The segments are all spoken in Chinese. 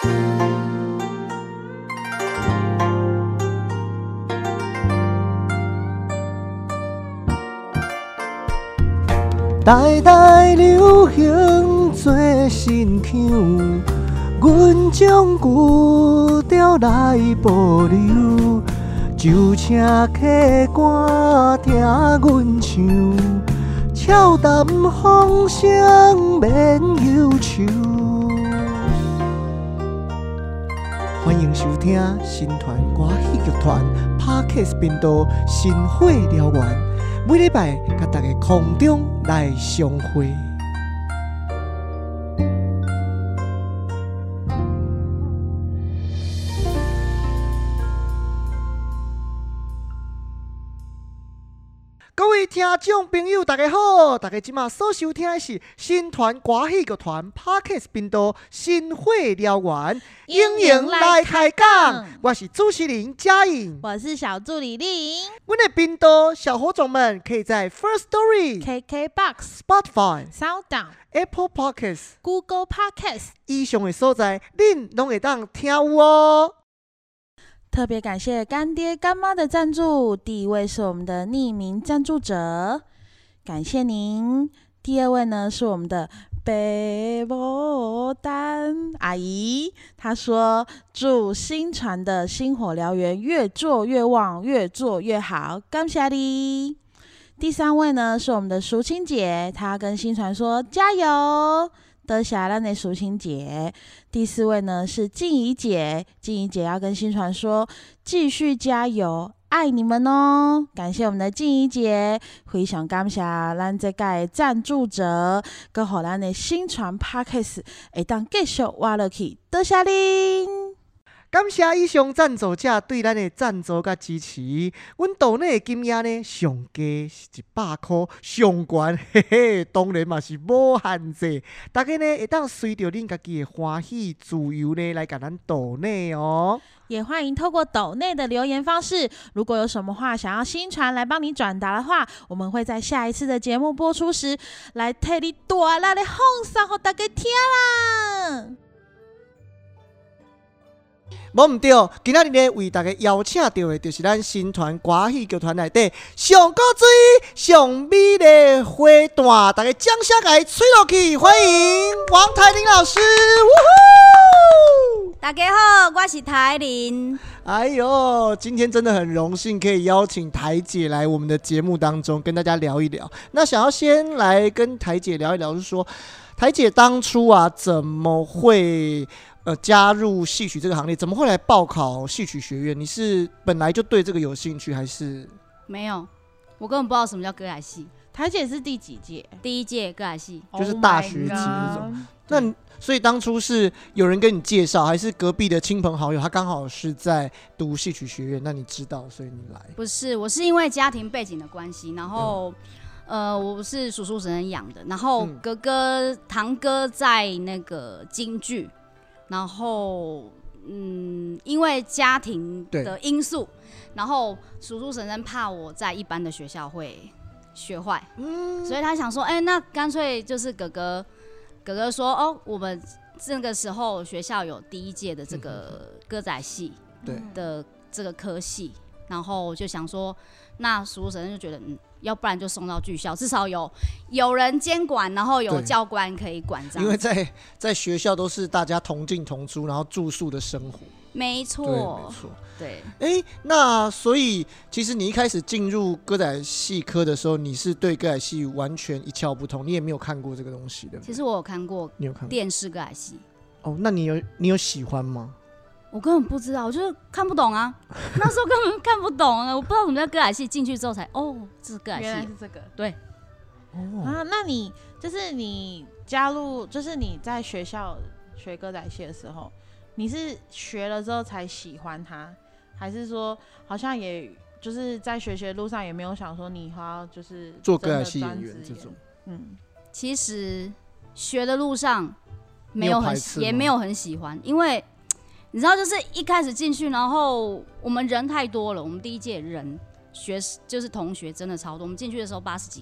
代代流行做新腔，阮将旧调来保留，就请客官听阮唱，俏谈风声免忧愁。欢迎收听新团歌戏剧团 Podcast 频道《新火燎原》，每礼拜甲大家空中来相会。各位听众朋友，大家好！大家今麦所收听的是新团歌戏剧团 Podcast 频道《新火燎原》，欢迎来开讲。我是主持人嘉颖， 我是小助理丽颖。 我们的频道小火种们可以在 First Story、KKBox、Spotify、SoundOn、Apple Podcasts、Google Podcasts 以上的所在，恁拢会当听有哦。 特别感谢干爹干妈的赞助，第一位是我们的匿名赞助者，感谢您。第二位呢是我们的北牡丹阿姨，她说祝新传的星火燎原越做越旺，越做越好，感谢你。第三位呢是我们的淑清姐，她跟新传说加油。得下咱的淑清姐。第四位呢是静怡姐，静怡姐要跟新传说继续加油，爱你们哦！感谢我们的静怡姐，非常感谢咱这个赞助者，跟互咱的新传 Podcast 会当继续活落去，多谢您。 感谢以上赞助者对咱的赞助甲支持。阮岛内的金额呢，上低是100块，上悬嘿嘿，当然嘛是无限制。大家呢会当随着恁家己的欢喜自由呢来甲咱岛内哦。 也欢迎透过斗内的留言方式，如果有什么话想要新传来帮你转达的话，我们会在下一次的节目播出时来替你大力的放送给大家听啦。 无毋对，今仔日呢为大家邀请到的，就是咱新团歌戏剧团内底上古水、上美的花旦，大家掌声给吹落去，欢迎王台玲老师！ 大家好，我是台玲。 哎呦，今天真的很荣幸可以邀请台姐来我们的节目当中跟大家聊一聊。那想要先来跟台姐聊一聊，就是说台姐当初啊怎么会加入戏曲这个行列？怎么会来报考戏曲学院？你是本来就对这个有兴趣，还是？ 没有，我根本不知道什么叫歌仔戏。 台姐是第几届？ 第一届歌仔戏， 就是大学级那种。那所以当初是有人跟你介绍，还是隔壁的亲朋好友他刚好是在读戏曲学院，那你知道，所以你来？ 不是，我是因为家庭背景的关系，然后我是叔叔婶婶养的，然后哥哥、堂哥在那个京剧。然后，因为家庭的因素，然后叔叔婶婶怕我在一般的学校会学坏，所以他想说，那干脆就是哥哥说，哦，我们这个时候学校有第一届的这个歌仔戏的这个科系，然后就想说，那叔叔婶婶就觉得，要不然就送到剧校，至少有人监管，然后有教官可以管这样。 因为在学校都是大家同进同出，然后住宿的生活。 没错， 对，没错。 对。 那所以其实你一开始进入歌仔戏科的时候，你是对歌仔戏完全一窍不通，你也没有看过这个东西的。 其实我有看过， 你有看过电视歌仔戏。 哦，那你有喜欢吗？ 我根本不知道，我就是看不懂啊。那时候根本看不懂啊，我不知道什么叫歌仔戏，进去之后才这是歌仔戏， 原来是这个。 对。 那你就是你加入，就是你在学校学歌仔戏的时候，你是学了之后才喜欢它，还是说好像也就是在学习的路上也没有想说你以后要就是做歌仔戏演员这种？ 其实学的路上也没有很喜欢，因为你知道，就是一开始进去，然后我们人太多了，我们第一届人就是同学真的超多，我们进去的时候80几个，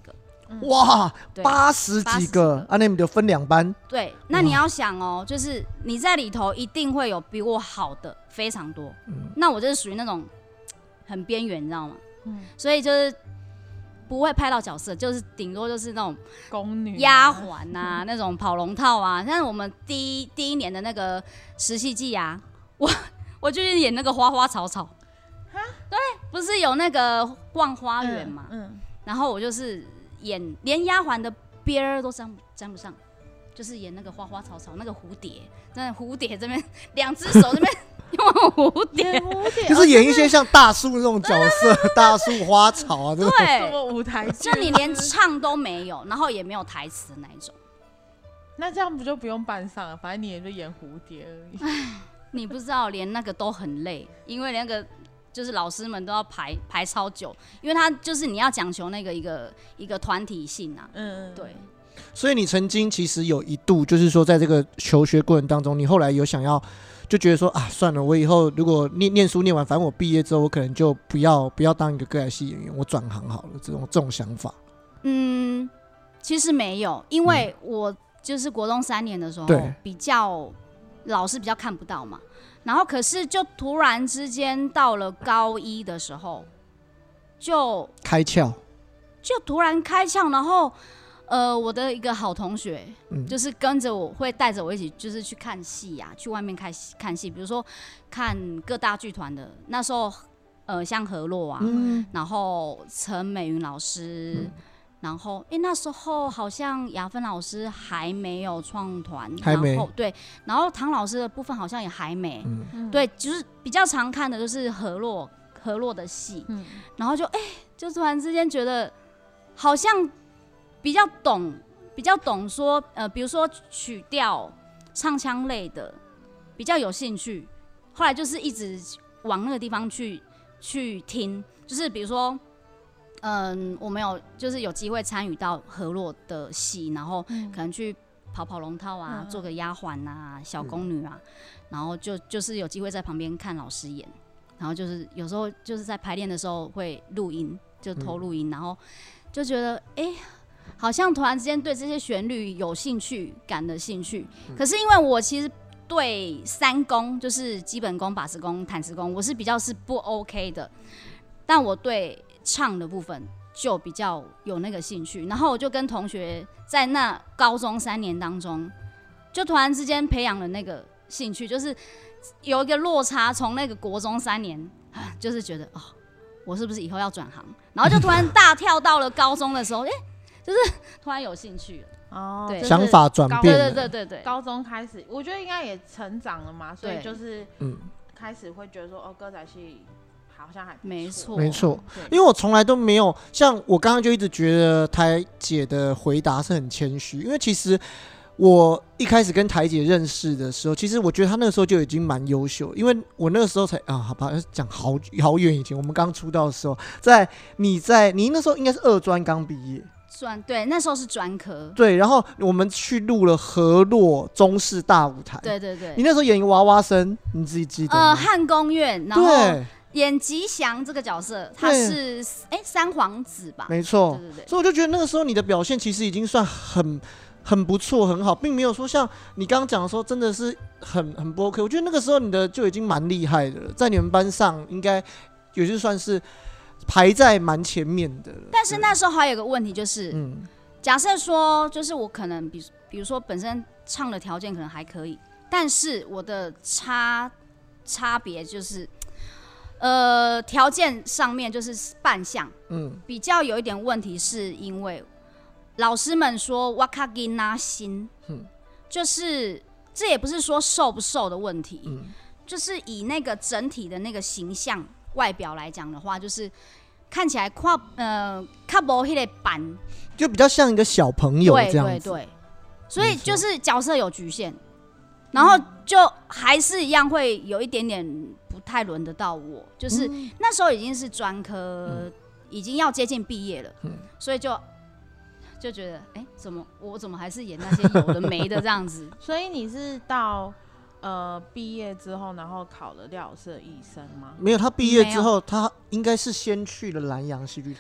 哇对 ，80几个，那你们就分2班。 对，那你要想哦，就是你在里头一定会有比我好的非常多，那我就是属于那种很边缘，你知道吗？所以就是不会拍到角色，就是顶多就是那种宫女、 丫鬟啊，那种跑龙套啊。像我们第一年的那个实习季啊，我就是演那个花花草草，对，不是有那个逛花园嘛，然后我就是演连丫鬟的边儿都沾不上，就是演那个花花草草那个蝴蝶，真的蝴蝶这边2只手这边用蝴蝶， 就是演一些像大树那种角色，大树花草啊，这种对， 什么舞台剧， 就你连唱都没有，然后也没有台词的那一种。 那这样不就不用扮上了？反正你也就演蝴蝶而已。 你不知道，连那个都很累，因为那个就是老师们都要排超久，因为他就是你要讲求那个一个团体性啊，对。 所以你曾经其实有一度就是说，在这个求学过程当中，你后来有想要就觉得说啊，算了，我以后如果念书念完，反正我毕业之后，我可能就不要当一个歌仔戏演员，我转行好了，这种想法。 其实没有，因为我就是国中3年的时候，比较老师比较看不到嘛，然后可是就突然之间到了高1的时候，就开窍， 就突然开窍，然后我的一个好同学，就是跟着我会带着我一起，就是去看戏呀，去外面看戏，比如说看各大剧团的，那时候像河洛啊，然后陈美云老师。然后，那时候好像雅芬老师还没有创团， 还没， 对，然后唐老师的部分好像也还没，对，就是比较常看的就是河洛的戏，然后就突然之间觉得好像比较懂说，比如说曲调、唱腔类的比较有兴趣，后来就是一直往那个地方去听，就是比如说。我们就是有机会参与到河洛的戏，然后可能去跑龙套啊，做个丫鬟啊、小宫女啊，然后就是有机会在旁边看老师演，然后就是有时候就是在排练的时候会录音，就偷录音，然后就觉得好像突然之间对这些旋律有兴趣的兴趣，可是因为我其实对3功就是基本功、把式功、坦式功，我是比较是不 OK 的，但我对唱的部分就比较有那个兴趣，然后我就跟同学在那高中3年当中，就突然之间培养了那个兴趣，就是有一个落差，从那个国中3年，就是觉得我是不是以后要转行，然后就突然大跳到了高中的时候，就是突然有兴趣了。对， 想法转变了， 对， 高中开始，我觉得应该也成长了嘛，所以就是开始会觉得说，歌仔戏。好像还没错， 因为我从来都没有像我刚刚就一直觉得台姐的回答是很谦虚，因为其实我一开始跟台姐认识的时候，其实我觉得她那个时候就已经蛮优秀，因为我那个时候才好吧，讲好远以前，我们刚出道的时候，你那时候应该是2专刚毕业。 对，那时候是专科。 对，然后我们去录了河洛中式大舞台。 对， 你那时候演一个娃娃生，你自己记得吗？ 汉宫院，然后演吉祥这个角色，他是三皇子吧？ 没错， 对。 所以我就觉得那个时候你的表现其实已经算很不错，很好，并没有说像你刚刚讲的时候真的是很不 OK。我觉得那个时候你的就已经蛮厉害的了，在你们班上应该也就算是排在蛮前面的了。 但是那时候还有一个问题就是，假设说就是我可能比如说本身唱的条件可能还可以，但是我的差别就是。条件上面就是扮相，比较有一点问题，是因为老师们说哇卡吉拉心，就是这也不是说瘦不瘦的问题，就是以那个整体的那个形象外表来讲的话，就是看起来较无迄个板， 就比较像一个小朋友这样子， 对，所以就是角色有局限，然后就还是一样会有一点点。不太轮得到我，就是那时候已经是专科，已经要接近毕业了，所以就觉得，我怎么还是演那些有的没的这样子？ 所以你是到毕业之后，然后考了廖老师的医生吗？ 没有，他毕业之后，他应该是先去了南洋戏剧团，对不对？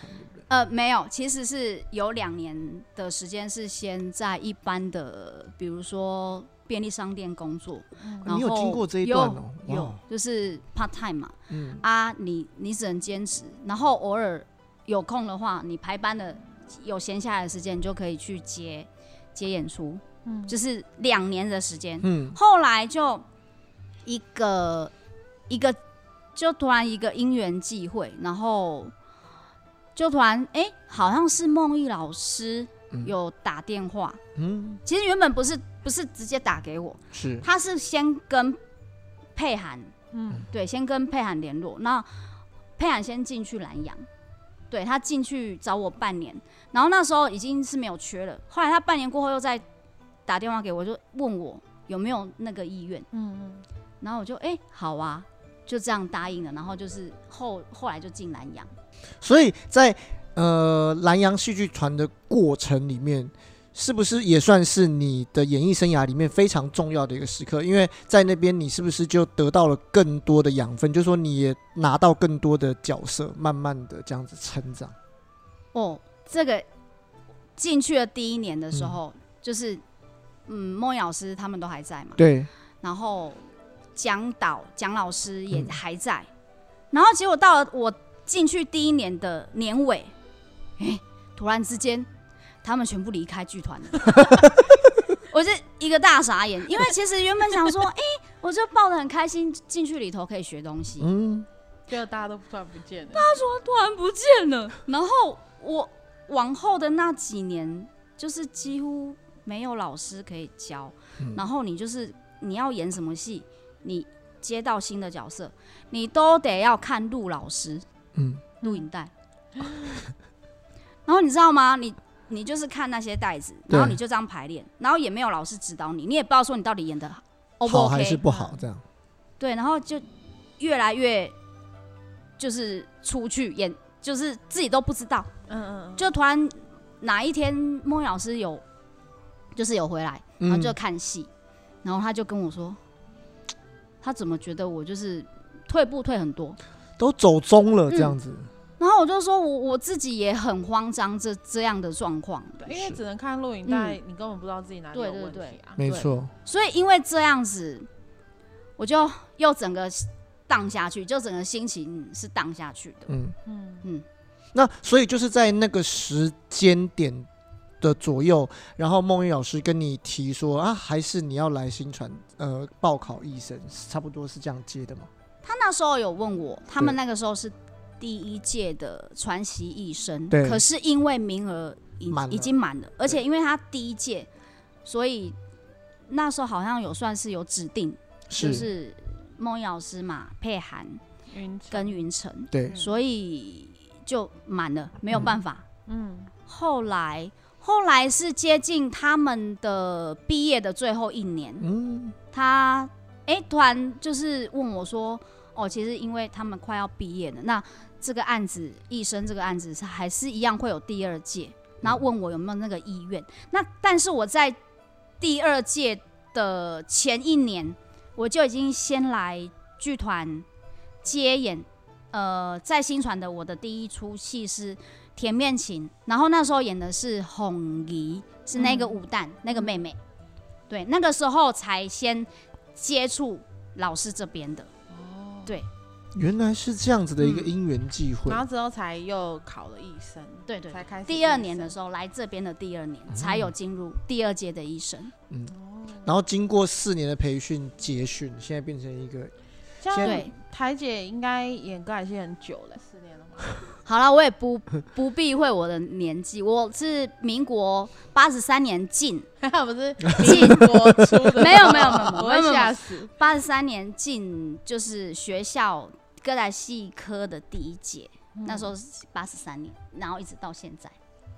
没有，其实是有2年的时间是先在一般的，比如说便利商店工作。然后你有经过这一段哦？ 有，就是 part time 嘛。你只能兼职，然后偶尔有空的话，你排班的有闲下来的时间，你就可以去接演出。就是2年的时间。后来就一个就突然一个因缘际会，然后就突然好像是梦艺老师有打电话。其实原本不是直接打给我，他是先跟佩涵，对，先跟佩涵联络，那佩涵先进去南洋，对，他进去找我半年，然后那时候已经是没有缺了，后来他半年过后又再打电话给我，就问我有没有那个意愿。然后我就好啊，就这样答应了，然后就是后来就进南洋。 所以在南洋戏剧团的过程里面，是不是也算是你的演艺生涯里面非常重要的一个时刻？因为在那边你是不是就得到了更多的养分，就是说你也拿到更多的角色，慢慢的这样子成长。 这个进去的第1年的时候，就是孟老师他们都还在嘛， 对， 然后蒋老师也还在，然后结果到了我进去第1年的年尾，突然之间他们全部离开剧团了。我是一个大傻眼，因为其实原本想说我就抱得很开心进去里头可以学东西， 结果大家都突然不见了。 他说突然不见了，然后我往后的那几年就是几乎没有老师可以教，然后你要演什么戏，你接到新的角色，你都得要看陆老师录影带。然后你知道吗？你就是看那些带子，然后你就这样排练，然后也没有老师指导你，你也不知道说你到底演的 O 不 OK 好还是不好这样。 对，然后就越来越就是出去演，就是自己都不知道。就突然哪一天孟老师有回来，然后就看戏，然后他就跟我说，他怎么觉得我就是退步退很多， 都走中了这样子。 然后我就说我自己也很慌张这样的状况， 因为只能看录影带，你根本不知道自己哪里有问题啊。 没错。 所以因为这样子，我就又整个荡下去，就整个心情是荡下去的。 那所以就是在那个时间点的左右，然后孟艺老师跟你提说还是你要来新传报考艺生，差不多是这样接的吗？ 他那时候有问我，他们那个时候是第1届的传习艺生，可是因为名额已经满了，而且因为他第1届，所以那时候好像算是有指定，就是孟艺老师嘛，佩涵跟云晨， 对， 所以就满了，没有办法。后来是接近他们的毕业的最后1年，他突然就是问我说，其实因为他们快要毕业了，那这个案子艺生这个案子还是一样会有第2届，然后问我有没有那个意愿。那但是我在第2届的前1年，我就已经先来剧团接演，在新传的我的第1出戏是《甜面情》，然后那时候演的是红姨，是那个武旦那个妹妹，对，那个时候才先接触老师这边的，对， 原来是这样子的一个因缘际会， 然后之后才又考了艺生， 对， 才开始第2年的时候来这边的第2年，才有进入第2届的艺生， 然后经过4年的培训结训，现在变成一个。 对，台姐应该演歌仔戏很久了，4年了吗？ 好了，我也不避讳我的年纪，我是民国83年进， 不是民国出的， 没有， 我会吓死。 83年进就是学校歌仔戏科的第1届，那时候是83年，然后一直到现在。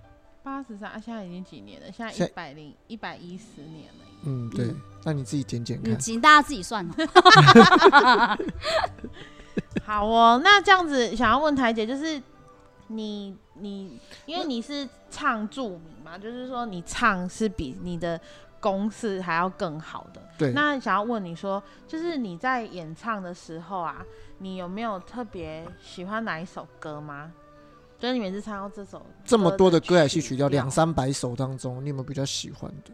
83，现在已经几年了？现在110年了。 对，那你自己减看， 请大家自己算好哦，那这样子想要问台姐，就是你因为你是唱著名嘛，就是说你唱是比你的公式还要更好的。 对。 那想要问你说，就是你在演唱的时候啊，你有没有特别喜欢哪一首歌吗？ 就是你每次唱到这首这么多的歌仔戏曲调 200-300 首当中，你有没有比较喜欢的？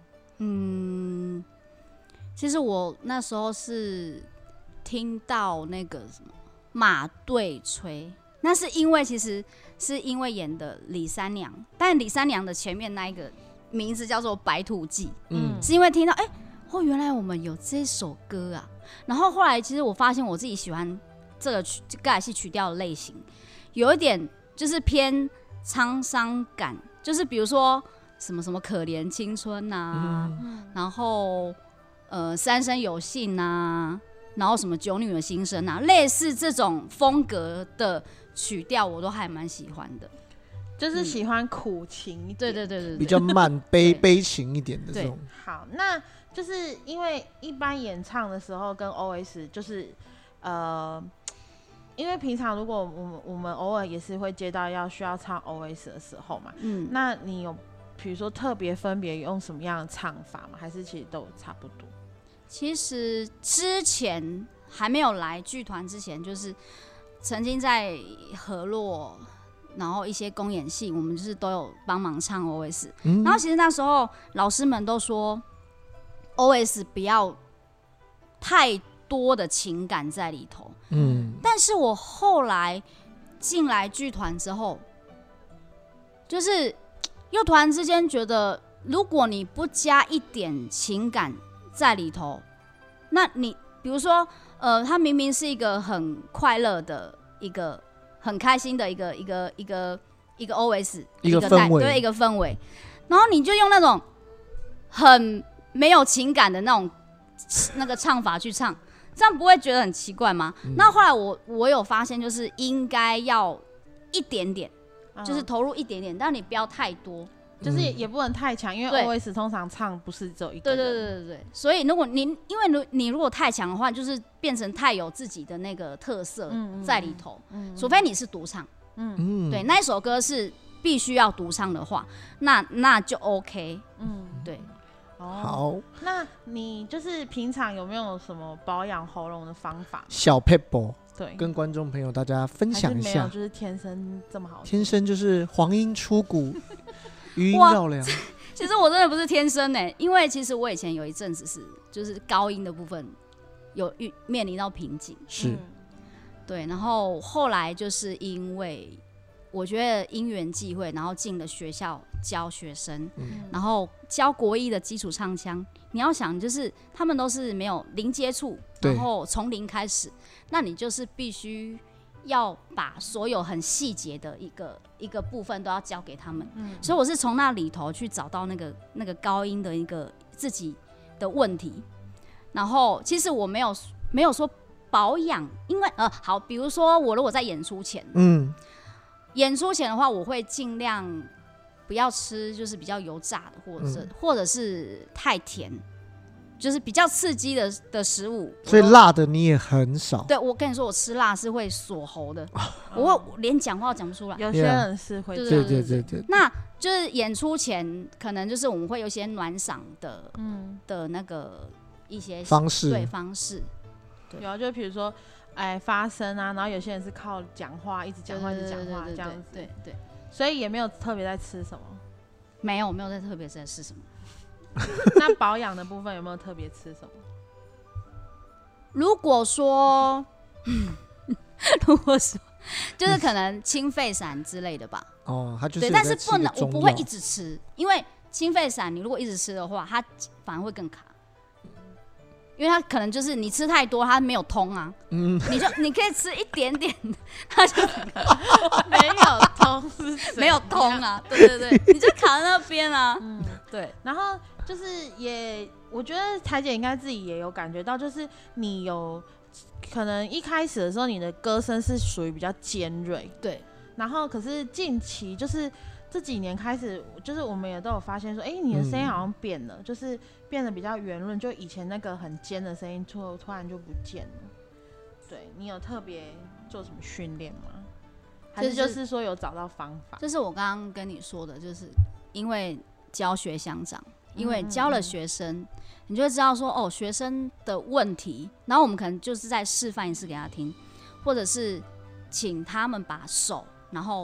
其实我那时候是听到那个什么马队吹，那是因为其实是因为演的李三娘，但李三娘的前面那一个名字叫做白兔记，是因为听到原来我们有这首歌啊。然后后来其实我发现我自己喜欢这个歌仔戏曲调的类型，有一点就是偏沧桑感，就是比如说什么什么可怜青春啊，然后三生有幸啊，然后什么九女的心声啊，类似这种风格的曲调我都还蛮喜欢的， 就是喜欢苦情一点， 对， 比较慢悲情一点的这种。 好，那就是因为一般演唱的时候跟 OS 就是因为平常如果我们偶尔也是会接到需要唱 OS 的时候嘛，那你有比如说特别分别用什么样的唱法吗？还是其实都差不多？ 其实之前还没有来剧团之前，就是曾经在河洛，然后一些公演戏，我们就是都有帮忙唱 OS。然后其实那时候老师们都说 OS 不要太多的情感在里头。但是我后来进来剧团之后，就是又突然之间觉得，如果你不加一点情感在里头，那你比如说，它明明是一个很快乐的一个很开心的一个 OS， 一个氛围， 对，一个氛围，然后你就用那种很没有情感的那个唱法去唱，这样不会觉得很奇怪吗？那后来我有发现，就是应该要一点点，就是投入一点点，但你不要太多。 就是也不能太强，因为 OS 通常唱不是只有一个人。 对。所以如果因为你如果太强的话，就是变成太有自己的那个特色在里头。除非你是独唱。对，那一首歌是必须要独唱的话，那就 OK。对。 好， 那你就是平常有没有什么保养喉咙的方法？ 小 pebble， 对， 跟观众朋友大家分享一下。 还是没有，就是天生这么好， 天生就是黄莺出谷，余音绕梁。 其实我真的不是天生因为其实我以前有一阵子就是高音的部分有面临到瓶颈， 是， 对，然后后来就是因为我觉得因缘际会，然后进了学校教学生，然后教国一的基础唱腔。你要想，就是他们都是没有零接触，然后从零开始，那你就是必须要把所有很细节的一个部分都要教给他们。所以我是从那里头去找到那个高音的一个自己的问题。然后其实我没有说保养，因为好，比如说我如果在演出前，演出前的话，我会尽量不要吃就是比较油炸的，或者是太甜，就是比较刺激的食物。 所以辣的你也很少。 对，我跟你说，我吃辣是会锁喉的，我连讲话都讲不出来。 有些人是会这样。对。 那就是演出前，可能就是我们会有一些暖嗓的那个一些方式， 对方式。 有啊，就比如说。发声啊，然后有些人是靠讲话，一直讲话，一直讲话这样子。 对。 所以也没有特别在吃什么。 没有在特别在吃什么。 那保养的部分有没有特别吃什么？ 如果说就是可能清肺散之类的吧。 它就是对，但是我不会一直吃，因为清肺散你如果一直吃的话，它反而会更卡。因为它可能就是你吃太多，它没有通啊。你可以吃一点点，它就没有通是没有通啊。对，你就卡在那边啊。对。 然后就是我觉得台姐应该自己也有感觉到，就是你有可能一开始的时候，你的歌声是属于比较尖锐， 对。 然后可是近期就是这几年开始，就是我们也都有发现说，你的声音好像变了，就是变得比较圆润，就以前那个很尖的声音突然就不见了。对，你有特别做什么训练吗？还是就是说有找到方法？ 就是我刚刚跟你说的，就是因为教学相长，因为教了学生，你就会知道说学生的问题，然后我们可能就是在示范一次给他听，或者是请他们把手然后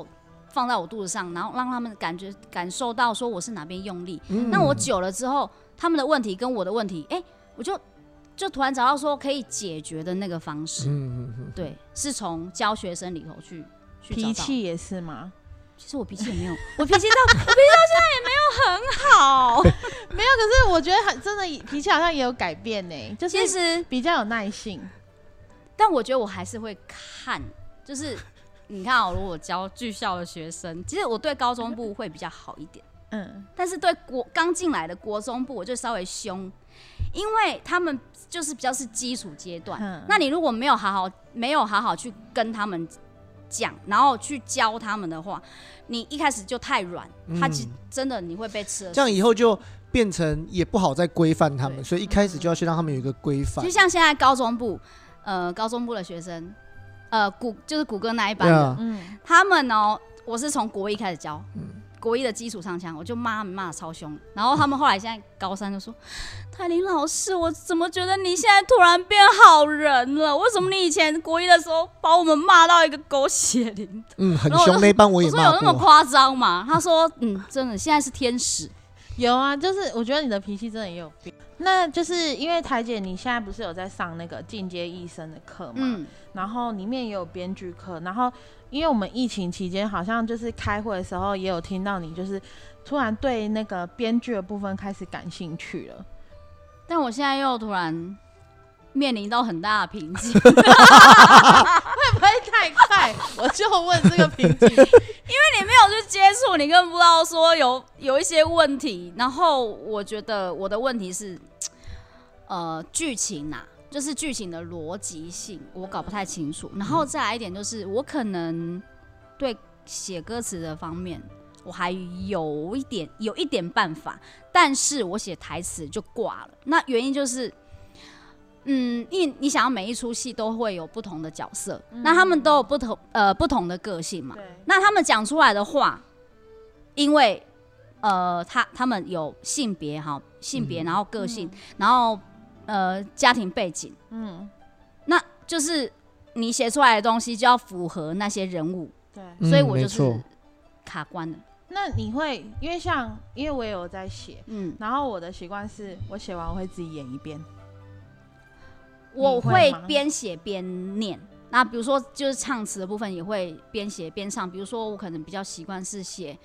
放在我肚子上，然后让他们感受到说我是哪边用力。那我久了之后，他们的问题跟我的问题，我就突然找到说可以解决的那个方式。对，是从教学生里头去找到。 脾气也是吗？ 其实我脾气也没有，我脾气到现在也没有很好。 没有，可是我觉得真的脾气好像也有改变呢，就是其实比较有耐性。 但我觉得我还是会看，就是你看如果我教剧校的学生，其实我对高中部会比较好一点。但是对刚进来的国中部，我就稍微凶，因为他们就是比较是基础阶段。那你如果没有好好去跟他们讲，然后去教他们的话，你一开始就太软，他真的你会被吃了。 这样以后就变成也不好再规范他们，所以一开始就要先让他们有一个规范。 就像现在高中部的学生，就是谷歌那一班的，他们我是从国一开始教。国一的基础上腔，我就骂的超凶，然后他们后来现在高三就说：“泰玲老师，我怎么觉得你现在突然变好人了？为什么你以前国一的时候把我们骂到一个狗血淋头？” 很凶，那班我也骂过。 我说有那么夸张吗？他说：“真的，现在是天使。” 有啊，就是我觉得你的脾气真的也有变。那就是因为台姐你现在不是有在上那个进阶医生的课嘛，然后里面也有编剧课，然后因为我们疫情期间好像就是开会的时候也有听到你就是突然对那个编剧的部分开始感兴趣了， 但我现在又突然面临到很大的瓶颈。 会不会太快？我就问这个瓶颈，因为你没有去接触，你根本不知道说有一些问题。然后我觉得我的问题是，剧情啊，就是剧情的逻辑性，我搞不太清楚。然后再来一点就是，我可能对写歌词的方面，我还有一点办法，但是我写台词就挂了。那原因就是。因为你想要每一出戏都会有不同的角色，那他们都有不同的个性嘛。那他们讲出来的话，因为他们有性别，然后个性，然后家庭背景，那就是你写出来的东西就要符合那些人物，对，所以我就是卡关了。 那你会因为我也有在写，然后我的习惯是我写完我会自己演一遍。 我会边写边念，那比如说就是唱词的部分也会边写边唱。比如说我可能比较习惯是写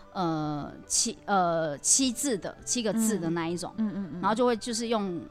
7个字的那一种，然后就会就是用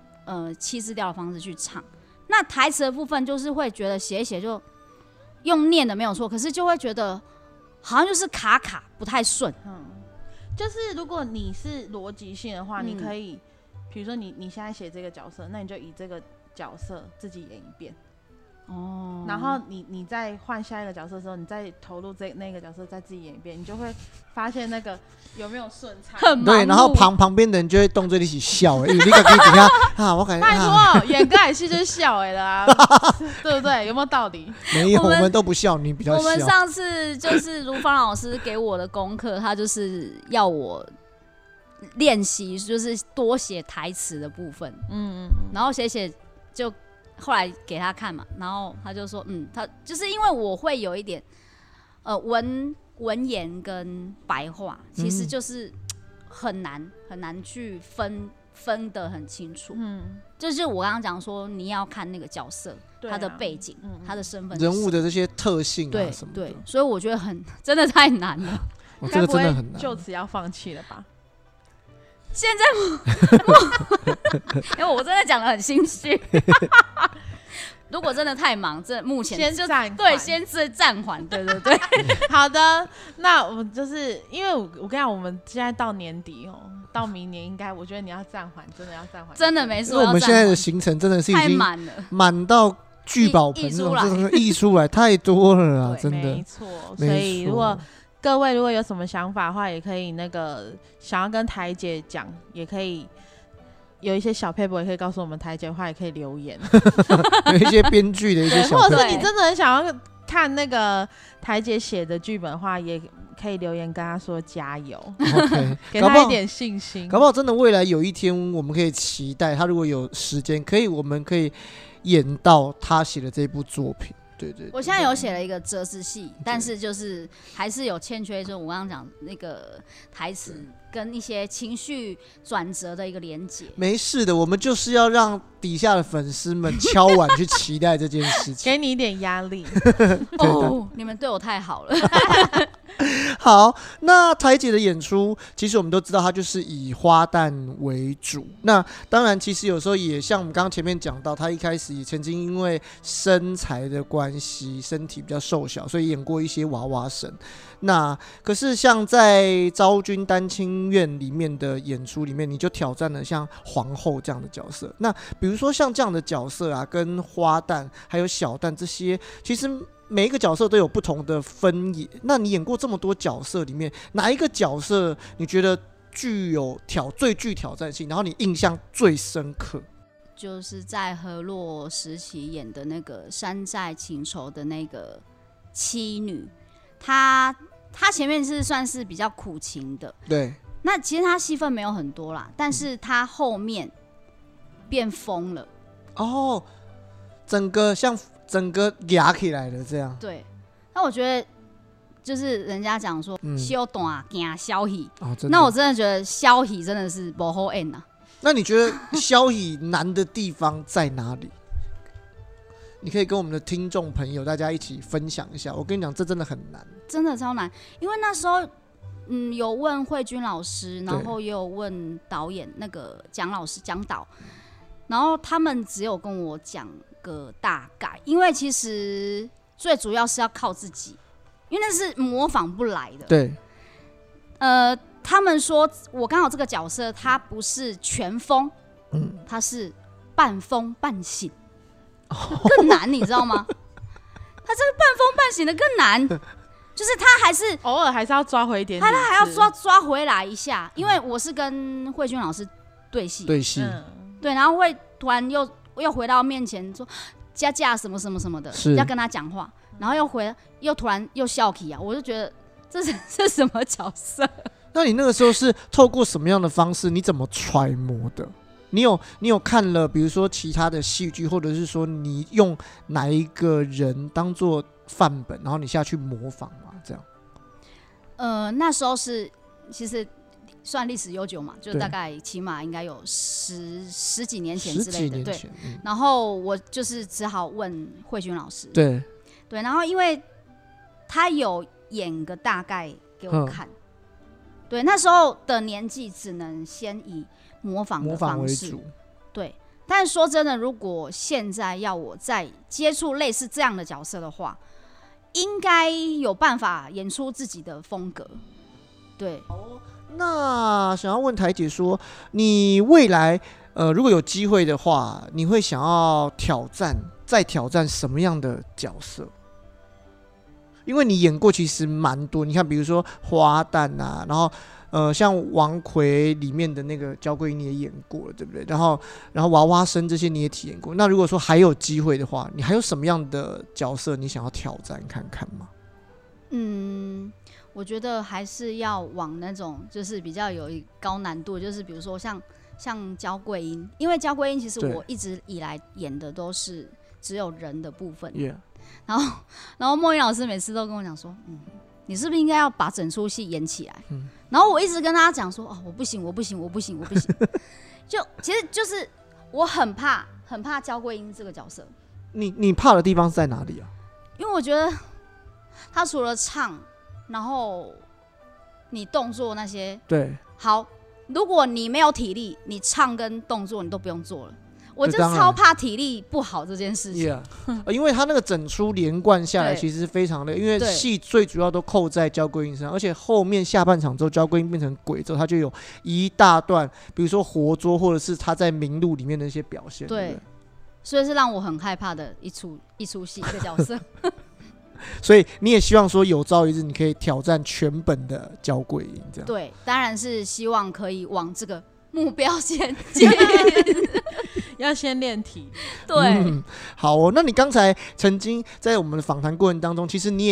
7字调的方式去唱。那台词的部分就是会觉得写一写就用念的没有错，可是就会觉得好像就是卡不太顺。 就是如果你是逻辑性的话，你可以比如说你现在写这个角色，那你就以这个角色自己演一遍，然后你再换下一个角色的时候，你再投入那个角色再自己演一遍，你就会发现那个有没有顺畅。 对，然后旁边的人就会动嘴一起笑，因为你可以等下我感觉拜托，演歌仔戏就是笑啦，对不对？有没有道理？ 没有，我们都不笑，你比较笑。 我们上次就是如芳老师给我的功课，他就是要我练习，就是多写台词的部分，然后写就后来给他看嘛，然后他就说，他就是因为我会有一点文言跟白话，其实就是很难去分得很清楚。就是我刚刚讲说，你要看那个角色，他的背景，他的身份， 人物的这些特性啊什么的。 对，所以我觉得真的太难了。 这个真的很难。 就此要放弃了吧？ 现在因为我真的讲得很心虚。如果真的太忙，目前先暂缓， 对，先暂缓，对。 好的，那我们就是因为我跟你讲，我们现在到年底到明年应该，我觉得你要暂缓，真的要暂缓， 真的没错。 因为我们现在的行程真的是已经满了， 满到聚宝盆那种，真的溢出来太多了啊，真的没错。所以如果各位如果有什么想法的话，也可以那个想要跟台姐讲，也可以有一些小paper也可以告诉我们台姐的话，也可以留言。 有一些编剧的一些小paper， 或者是你真的很想要看那个台姐写的剧本的话，也可以留言跟她说加油 ，OK， 给她一点信心。 搞不好真的未来有一天，我们可以期待她如果有时间，我们可以演到她写的这部作品。 对对， 我现在有写了一个折子戏，但是就是还是有欠缺，就是我刚刚讲那个台词跟一些情绪转折的一个连结。 没事的，我们就是要让底下的粉丝们敲碗去期待这件事情， 给你一点压力。 哦，你们对我太好了。 好，那台姐的演出，其实我们都知道，它就是以花旦为主。那当然，其实有时候也像我们刚刚前面讲到，她一开始也曾经因为身材的关系，身体比较瘦小，所以演过一些娃娃神。那可是像在昭君丹青院里面的演出里面，你就挑战了像皇后这样的角色。那比如说像这样的角色啊，跟花旦还有小旦这些，其实每一个角色都有不同的分野。那你演过这么多角色里面，哪一个角色你觉得最具挑战性，然后你印象最深刻？ 就是在河洛时期演的那个山寨情仇的那个妻女，她前面是算是比较苦情的， 对。 那其实她戏份没有很多啦，但是她后面变疯了。 哦，整个压起来了这样。 对，那我觉得就是人家讲说小段惊消喜，那我真的觉得消喜真的是不好演啊。 那你觉得消喜难的地方在哪里？你可以跟我们的听众朋友大家一起分享一下。我跟你讲，这真的很难， 真的超难。因为那时候，有问慧君老师，然后也有问导演那个蒋老师蒋导，然后他们只有跟我讲个大概，因为其实最主要是要靠自己，因为那是模仿不来的。 对， 他们说我刚好这个角色，他不是全疯，他是半疯半醒，更难，你知道吗？他这个半疯半醒的更难，就是他还是偶尔还是要抓回一点点， 他还要抓回来一下，因为我是跟慧君老师对戏，对，然后会突然又回到面前说加什么什么什么的，要跟他讲话，然后又突然又笑起啊，我就觉得这是什么角色？ 那你那个时候是透过什么样的方式？你怎么揣摩的？你有看了，比如说其他的戏剧，或者是说你用哪一个人当做范本，然后你下去模仿吗？这样？ 那时候是其实算历史悠久嘛，就大概起码应该有十几年前之类的，对。然后我就是只好问慧君老师，对，然后因为他有演个大概给我看。对，那时候的年纪只能先以模仿的方式为主，对。但是说真的，如果现在要我再接触类似这样的角色的话，应该有办法演出自己的风格。对。 那想要问台姐说，你未来如果有机会的话，你会想要再挑战什么样的角色？因为你演过其实蛮多，你看比如说花旦啊，然后像王魁里面的那个焦桂英你也演过了，对不对？然后娃娃生这些你也体验过。那如果说还有机会的话，你还有什么样的角色你想要挑战看看吗？ 我觉得还是要往那种就是比较有高难度，就是比如说像焦桂英，因为焦桂英其实我一直以来演的都是只有人的部分。Yeah.然后莫云老师每次都跟我讲说，你是不是应该要把整出戏演起来？然后我一直跟他讲说，我不行。就其实就是我很怕焦桂英这个角色。 你怕的地方是在哪里啊？ 因为我觉得他除了唱，然后你动作那些，对，好，如果你没有体力，你唱跟动作你都不用做了。我就超怕体力不好这件事情， 因为他那个整出连贯下来其实非常累，因为戏最主要都扣在焦桂英身上，而且后面下半场之后，焦桂英变成鬼之后，他就有一大段，比如说活捉或者是他在明路里面的一些表现，对， 所以是让我很害怕的一出戏一个角色。 所以你也希望说有朝一日你可以挑战全本的焦桂英这样？ 对，当然是希望可以往这个目标前进。 要先练体力， 对， 好哦。那你刚才曾经在我们的访谈过程当中，其实你也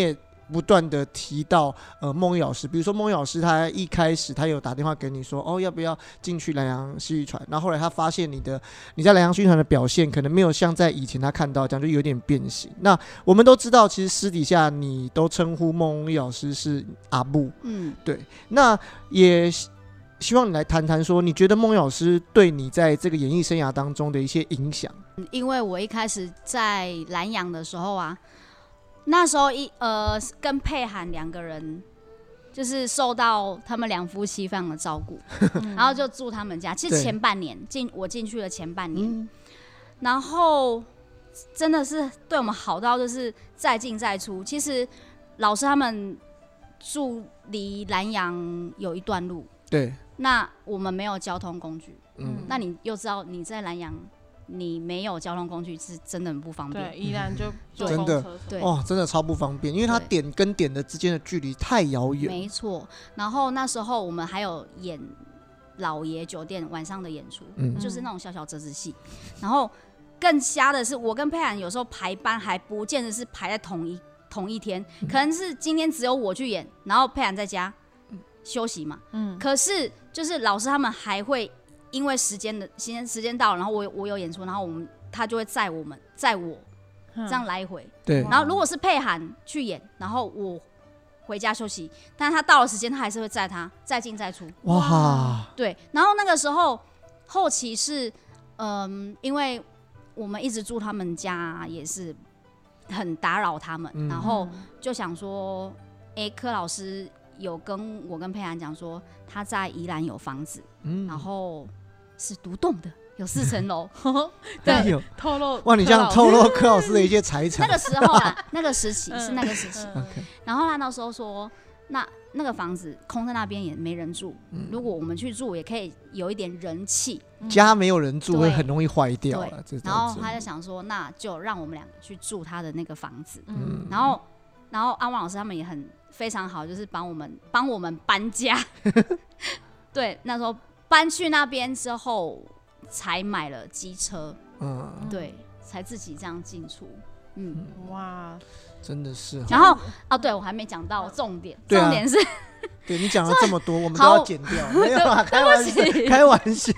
不断的提到孟玉老师，比如说孟玉老师他一开始他有打电话给你说要不要进去南洋戏剧团，然后后来他发现你在南洋戏剧团的表现可能没有像在以前他看到这样就有点变形。那我们都知道其实私底下你都称呼孟玉老师是阿布，对，那也希望你来谈谈说你觉得孟玉老师对你在这个演艺生涯当中的一些影响。 因为我一开始在南洋的时候啊，那时候跟佩涵2个人就是受到他们2夫妻非常的照顾，然后就住他们家。其实前半年我进去了前半年，然后真的是对我们好到就是再进再出。其实老师他们住离南洋有一段路， 对，那我们没有交通工具，那你又知道你在南洋。你没有交通工具是真的很不方便， 对，依然就坐真的对真的超不方便，因为它点跟点的之间的距离太遥远。 没错，然后那时候我们还有演老爷酒店晚上的演出，就是那种小小折子戏。然后更瞎的是，我跟佩涵有时候排班还不见得是排在同一天，可能是今天只有我去演，然后佩涵在家休息嘛。可是就是老师他们还会。因为时间到了，然后我有演出，然后他就会载我这样来回。 对。 然后如果是佩涵去演，然后我回家休息，但是他到了时间，他还是会载他再进再出。 哇。 对。然后那个时候后期是，因为我们一直住他们家，也是很打扰他们，然后就想说，柯老师有跟我跟佩涵讲说，他在宜兰有房子，然后。是独栋的，有4层楼。 对， 透露哇！你这样透露柯老师的一些财产。 那个时候啊，那个时期是那个时期。然后他那时候说，那个房子空在那边也没人住，如果我们去住，也可以有一点人气。 家没有人住会很容易坏掉了。 然后他就想说，那就让我们2个去住他的那个房子。然后阿旺老师他们也非常好，就是帮我们搬家。对，那时候。搬去那边之后，才买了机车，对，才自己这样进出， 哇， 真的是。 然后对我还没讲到重点，重点是， 对你讲了这么多，我们都要剪掉，没有啦，开玩笑。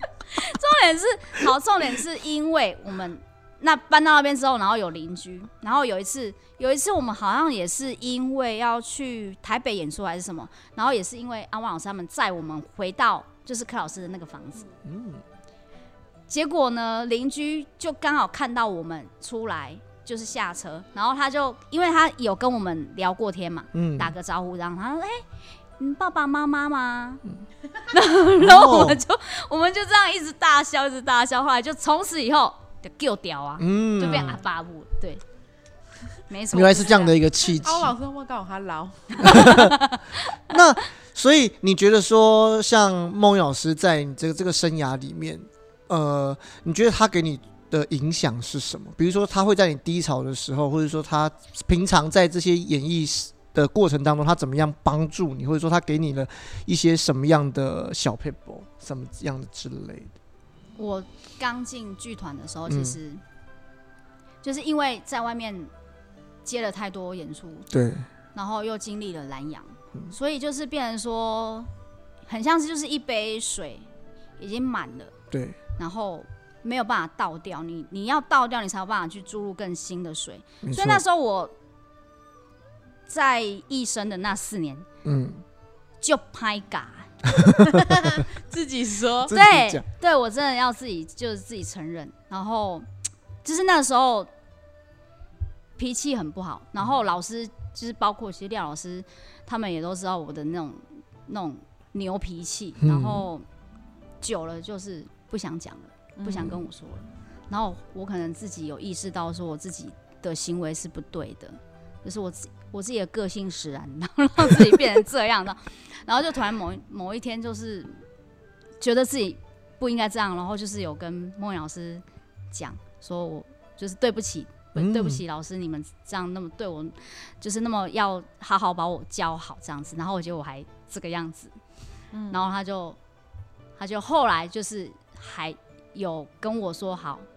重点是因为我们搬到那边之后，然后有邻居，然后有一次我们好像也是因为要去台北演出还是什么，然后也是因为阿旺老师他们载我们回到。就是柯老师的那个房子，结果呢，邻居就刚好看到我们出来，就是下车，然后因为他有跟我们聊过天嘛，打个招呼，然后他说：“你爸爸妈妈吗？”然后我们就这样一直大笑，后来就从此以后就丢掉啊，就变阿爸母，对，没错， 原来是这样的一个契机。 老师我告诉他捞， 那。所以你觉得说，像孟老师在你这个生涯里面，你觉得他给你的影响是什么？比如说，他会在你低潮的时候，或者说他平常在这些演艺的过程当中，他怎么样帮助你，或者说他给你了一些什么样的小撇步，什么样的之类的？ 我刚进剧团的时候，其实就是因为在外面接了太多演出， 对， 然后又经历了南洋。所以就是变成说，很像是就是一杯水已经满了， 对， 然后没有办法倒掉，你要倒掉，你才有办法去注入更新的水。所以那时候我在艺生的那4年，就拍嘎， 自己说， 对，我真的要自己承认。然后就是那时候脾气很不好，然后老师。就是包括其实廖老师他们也都知道我的那种牛脾气，然后久了就是不想讲了，不想跟我说了。然后我可能自己有意识到说我自己的行为是不对的，就是我自己的个性使然，然后让自己变成这样的，然后就突然某一天就是觉得自己不应该这样，然后就是有跟孟老师讲说我就是对不起。对不起，老师，你们这样那么对我，就是那么要好好把我教好这样子，然后我觉得我还这个样子，然后他就后来就是还有跟我说好，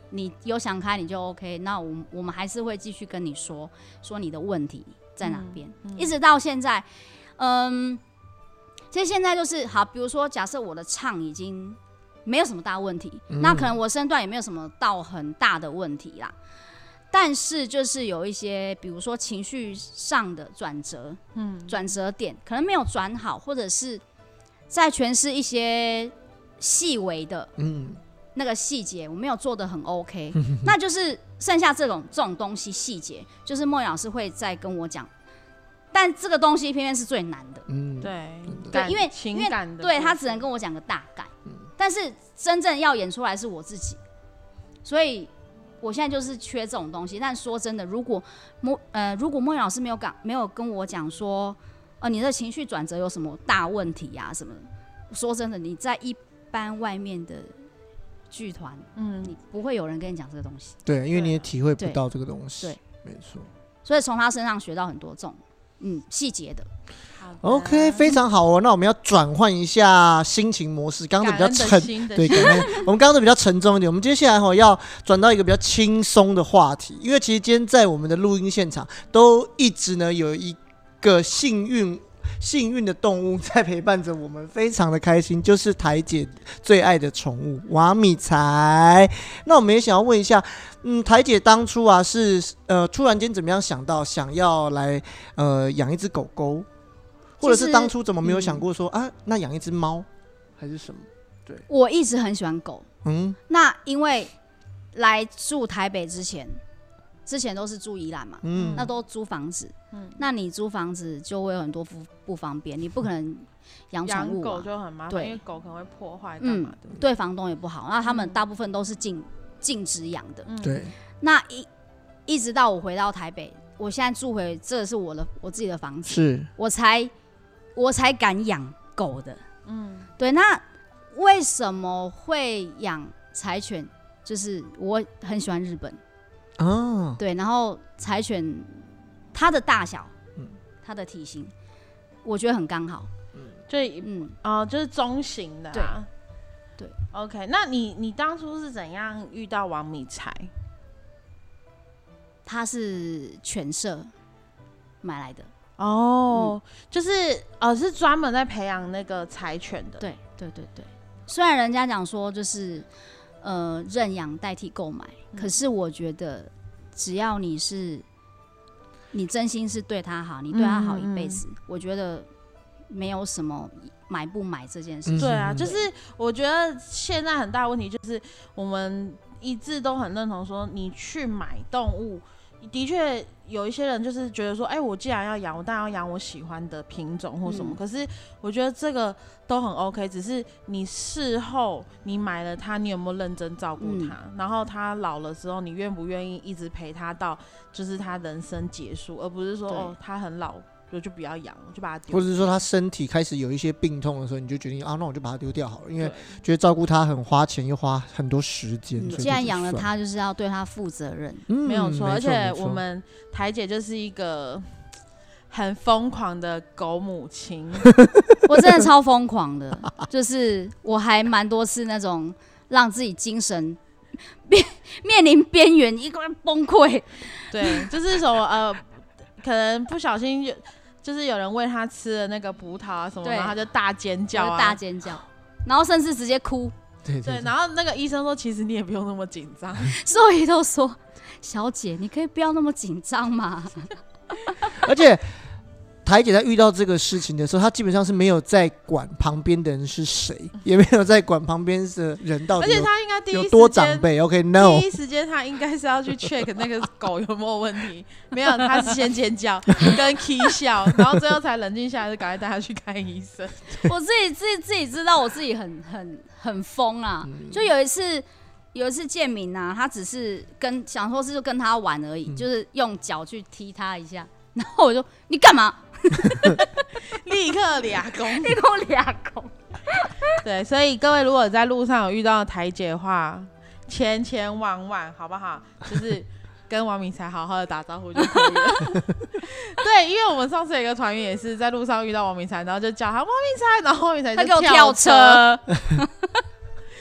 你有想开你就 OK， 那我们还是会继续跟你说你的问题在哪边，一直到现在，其实现在就是好，比如说假设我的唱已经没有什么大问题，那可能我身段也没有什么到很大的问题啦。但是就是有一些，比如说情绪上的转折，转折点可能没有转好，或者是在诠释一些细微的，那个细节我没有做得很 OK， 那就是剩下这种东西细节，就是莫言老师会再跟我讲，但这个东西偏偏是最难的，对，因为情感的， 对他只能跟我讲个大概，但是真正要演出来是我自己，所以。我现在就是缺这种东西，但说真的，如果莫言老师没有跟我讲说，你的情绪转折有什么大问题啊什么的，说真的，你在一般外面的剧团，你不会有人跟你讲这个东西。 对，因为你也体会不到这个东西。 对， 没错。 所以从他身上学到很多这种细节的。 OK， 非常好哦。那我们要转换一下心情模式，刚刚比较沉，对，我们刚刚都比较沉重一点。我们接下来要转到一个比较轻松的话题，因为其实今天在我们的录音现场都一直呢有一个幸运的动物在陪伴着我们，非常的开心，就是台姐最爱的宠物王米才。那我们也想要问一下，台姐当初啊是突然间怎么样想到想要来养一只狗狗？或者是当初怎么没有想过说那养一只猫还是什么？对， 我一直很喜欢狗。那因为来住台北之前都是住宜兰嘛，那都租房子。那你租房子就会有很多不方便，你不可能养宠物， 养狗就很麻烦，因为狗可能会破坏干嘛的， 对房东也不好。那他们大部分都是禁止养的。 对， 那一直到我回到台北，我现在住回这是我自己的房子， 是我才敢养狗的。对，那为什么会养柴犬？就是我很喜欢日本对，然后柴犬它的大小，它的体型，我觉得很刚好， 就是中型的对 OK， 那你当初是怎样遇到王米才？ 他是犬舍买来的就是是专门在培养那个柴犬的。 对。虽然人家讲说就是认养代替购买，可是我觉得只要你真心是对他好，你对他好一辈子，我觉得没有什么买不买这件事情。 对啊，就是我觉得现在很大的问题就是我们一致都很认同说，你去买动物。的确有一些人就是觉得说，我既然要养，我当然要养我喜欢的品种或什么。可是我觉得这个都很 OK， 只是你事后你买了它，你有没有认真照顾它？然后它老了之后，你愿不愿意一直陪它到就是它人生结束，而不是说它很老就不要养了，就把它丢掉。 或者是说他身体开始有一些病痛的时候，你就决定那我就把它丢掉好了，因为觉得照顾它很花钱又花很多时间。 既然养了它，就是要对它负责任。 没有错。而且我们台姐就是一个很疯狂的狗母亲， 我真的超疯狂的，就是我还蛮多次那种让自己精神面临边缘，一个人崩溃。 对，就是什么可能不小心就是有人喂他吃了那个葡萄啊什么，然后他就大尖叫然后甚至直接哭。 对，然后那个医生说，其实你也不用那么紧张。 兽医都说，小姐，你可以不要那么紧张嘛。 而且台姐在遇到这个事情的时候，她基本上是没有在管旁边的人是谁，也没有在管旁边的人到底有， 而且她应该有多长辈。OK，no， 第一时间她应该是要去 check 那个狗有没有问题，没有，她是先尖叫跟 key 笑，然后最后才冷静下来，就赶快带她去看医生。 我自己知道我自己很疯啊，就有一次建明啊，他只是想说是就跟他玩而已，就是用脚去踢他一下，然后我就你干嘛？ 立刻俩公， 立刻俩公。 对，所以各位如果在路上有遇到台姐的话，千万好不好？就是跟王米才好好的打招呼就可以了。对，因为我们上次有一个团员也是在路上遇到王米才，然后就叫他王米才，然后王米才就他给我跳车。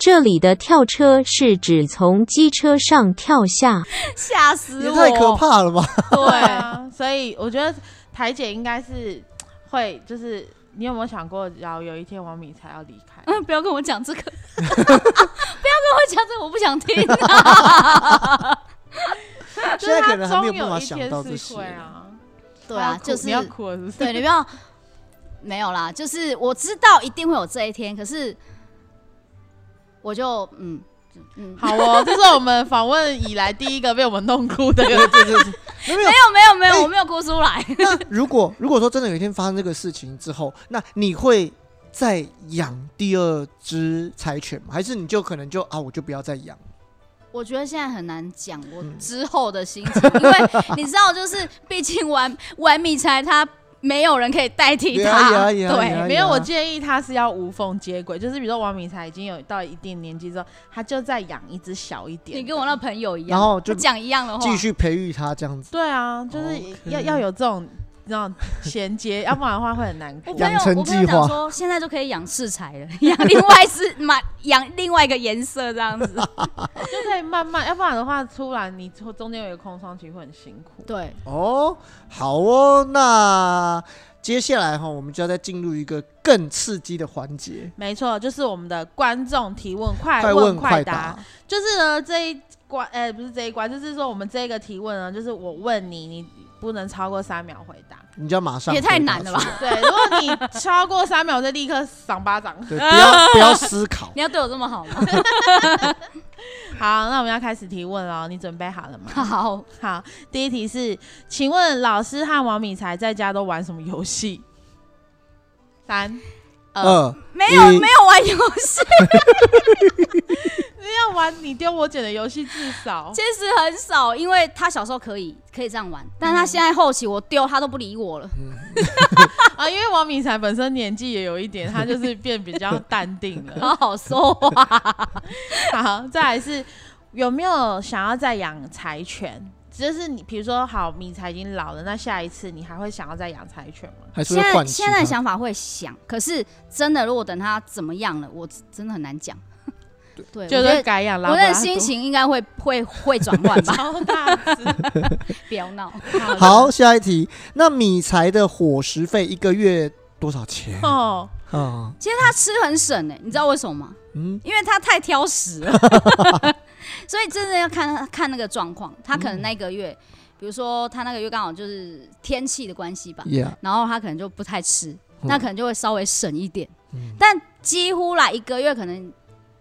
这里的跳车是指从机车上跳下， 吓死我！ 也太可怕了吧！ 对啊，所以我觉得台姐应该是会，就是你有没有想过，然后有一天王米才要离开？ 不要跟我讲这个，不要跟我讲这个，我不想听、啊。 现在可能还没有办法想到这些啊。 对啊，就是你要哭了是不是？ 对，你不要没有啦，就是我知道一定会有这一天，可是我就好哦，这是我们访问以来第一个被我们弄哭的。 对， 没有，我没有哭出来。 那如果说真的有一天发生这个事情之后，那你会再养第二只柴犬吗？还是你就可能我就不要再养？ 我觉得现在很难讲我之后的心情，因为你知道，就是毕竟玩米柴它没有人可以代替他，对， 没有。我建议他是要无缝接轨，就是比如说王米才已经有到一定年纪之后，他就再养一只小一点。 你跟我那朋友一样， 然后就讲一样的话， 继续培育他这样子。 对啊，就是要有这种衔接，要不然的话会很难过。 养成计划。 我朋友讲说，现在就可以养适才了，养另外一个颜色这样子， 就可以慢慢。要不然的话，突然你中间有一个空窗期会很辛苦。 对， 好哦，那接下来我们就要再进入一个更刺激的环节。 没错，就是我们的观众提问快问快答。就是呢这一关，不是这一关，就是说我们这个提问呢，就是我问你，你不能超过3秒回答， 你就要马上也太难了吧？ 对，如果你超过3秒，就立刻赏巴掌。 对，不要思考。 你要对我这么好吗？ 好，那我们要开始提问了，你准备好了吗？ 好， 第一题是，请问老师和王米才在家都玩什么游戏？3、2， 没有玩游戏。 你要玩你丢我捡的游戏至少。 其实很少，因为他小时候可以这样玩，但是他现在后期我丢他都不理我了。 因为王米才本身年纪也有一点，他就是变比较淡定了。 好说话。 好，再来是有没有想要再养柴犬？就是你比如说好，米才已经老了，那下一次你还会想要再养柴犬吗？ 还是会换现在的想法会想，可是真的如果等他怎么样了，我真的很难讲。对， 就是改养拉布拉多。 我的心情应该会转换吧。 超大只。 不要闹。 好，下一题。那米才的伙食费1个月多少钱？ 其实他吃很省你知道为什么吗？因为他太挑食了。所以真的要看那个状况，他可能那个月，比如说他那个月刚好就是天气的关系吧，然后他可能就不太吃，那可能就会稍微省一点，但几乎啦1个月可能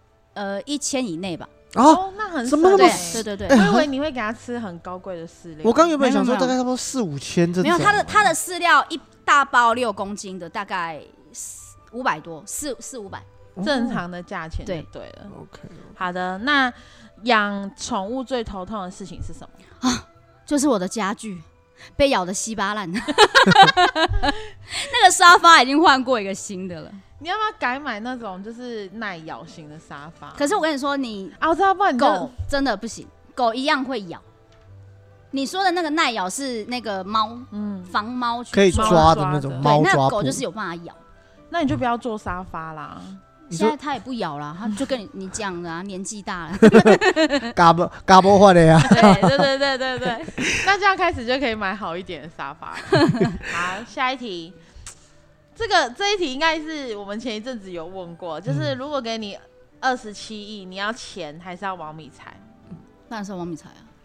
1000以内吧。 那很省。 对， 我以为你会给他吃很高贵的饲料。 我刚原本想说大概差不多4-5千这种。 没有，他的饲料一大包6公斤的，大概500多，400-500。 正常的价钱就对了。 OK， 好的，那养宠物最头痛的事情是什么？ 就是我的家具被咬得稀巴烂。那个沙发已经换过一个新的了。 你要不要改买那种就是耐咬型的沙发？ 可是我跟你说， 我知道，不然狗真的不行，狗一样会咬。你说的那个耐咬是那个猫，防猫可以抓的那种猫抓布。 那狗就是有办法咬。 那你就不要坐沙发啦。 现在他也不咬啦，他就跟你讲的年纪大了， 嘎不换的呀。 对。 那这样开始就可以买好一点的沙发了。好，下一题。这一题应该是我们前一阵子有问过，就是如果给你27亿，你要钱还是要王米才？ 当然是王米才啊。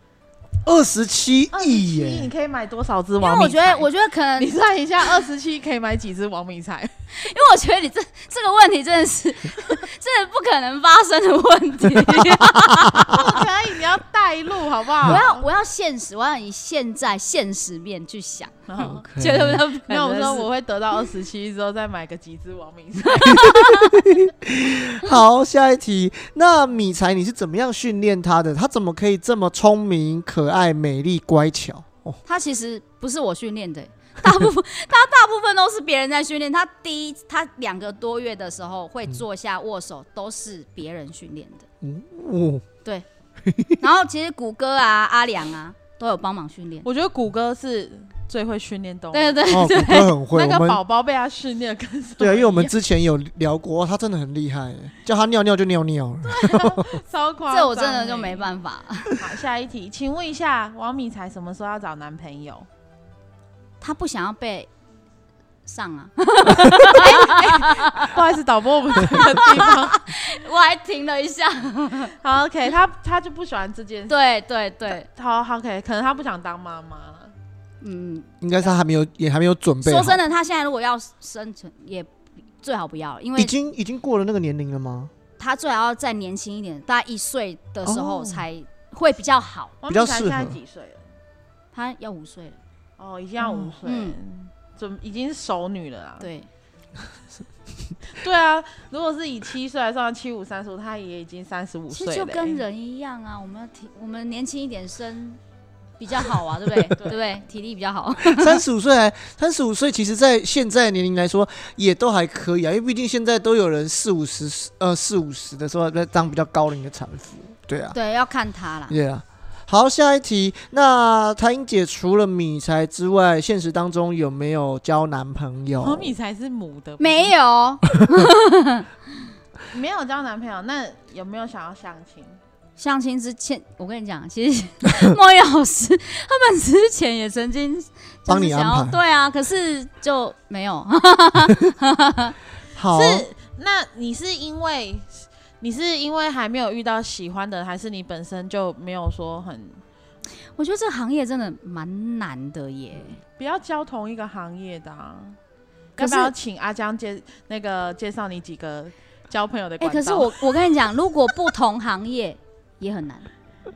27亿耶！ 你可以买多少只王米才？ 因为我觉得可能你算一下，27亿可以买几只王米才？ 因为我觉得你这个问题真的是真的不可能发生的问题。 不可以，你要带路好不好？ 我要现实，我要以现实面去想， 觉得那我说我会得到27亿之后再买个几只王米才。 好，下一题。那米才你是怎么样训练他的？他怎么可以这么聪明、可爱、美丽、乖巧？ 他其实不是我训练的。大部分都是别人在训练。他2个多月的时候会坐下握手，都是别人训练的。对。然后其实谷歌啊、阿良啊都有帮忙训练。 我觉得谷歌是最会训练动物。 对对哦，谷歌很会， 那个我们宝宝被他训练跟什么一样？ 对啊，因为我们之前有聊过，他真的很厉害，叫他尿尿就尿尿了。 超夸张， 这我真的就没办法。 好，下一题，请问一下，王米才什么时候要找男朋友？ 他不想要被上啊， 不好意思，导播，我们这个地方， 我还停了一下。 好 ，OK， 他就不喜欢这件事。 对对对， 好 ，OK， 可能他不想当妈妈。 应该是他也还没有准备好。 说真的，他现在如果要生存，也最好不要，因为已经过了那个年龄了吗？ 他最好要再年轻一点，大概1岁的时候才会比较好。 比较适合。 现在几岁了？ 他要5岁了。 哦，已经要5岁了，已经是熟女了啊。 对。 对啊，如果是以7岁来算，75、35，他也已经35岁了。 其实就跟人一样啊，我们年轻一点生比较好啊，对不对？对不对？体力比较好。 35岁，其实在现在的年龄来说，也都还可以啊，因为毕竟现在都有人40、50的时候在当比较高龄的产妇。对啊。 对，要看他啦。 对啊。好，下一题。那台英姐除了米才之外，现实当中有没有交男朋友？ 米才是母的， 没有， 没有交男朋友。那有没有想要相亲？ 相亲之前，我跟你讲，其实莫言老师他们之前也曾经帮你安排， 对啊，可是就没有。 好， 那你是因为还没有遇到喜欢的，还是你本身就没有说很？ 我觉得这个行业真的蛮难的耶。 不要交同一个行业的啊。 可是要不要请阿江介绍你几个交朋友的管道？ 可是我跟你讲，如果不同行业也很难，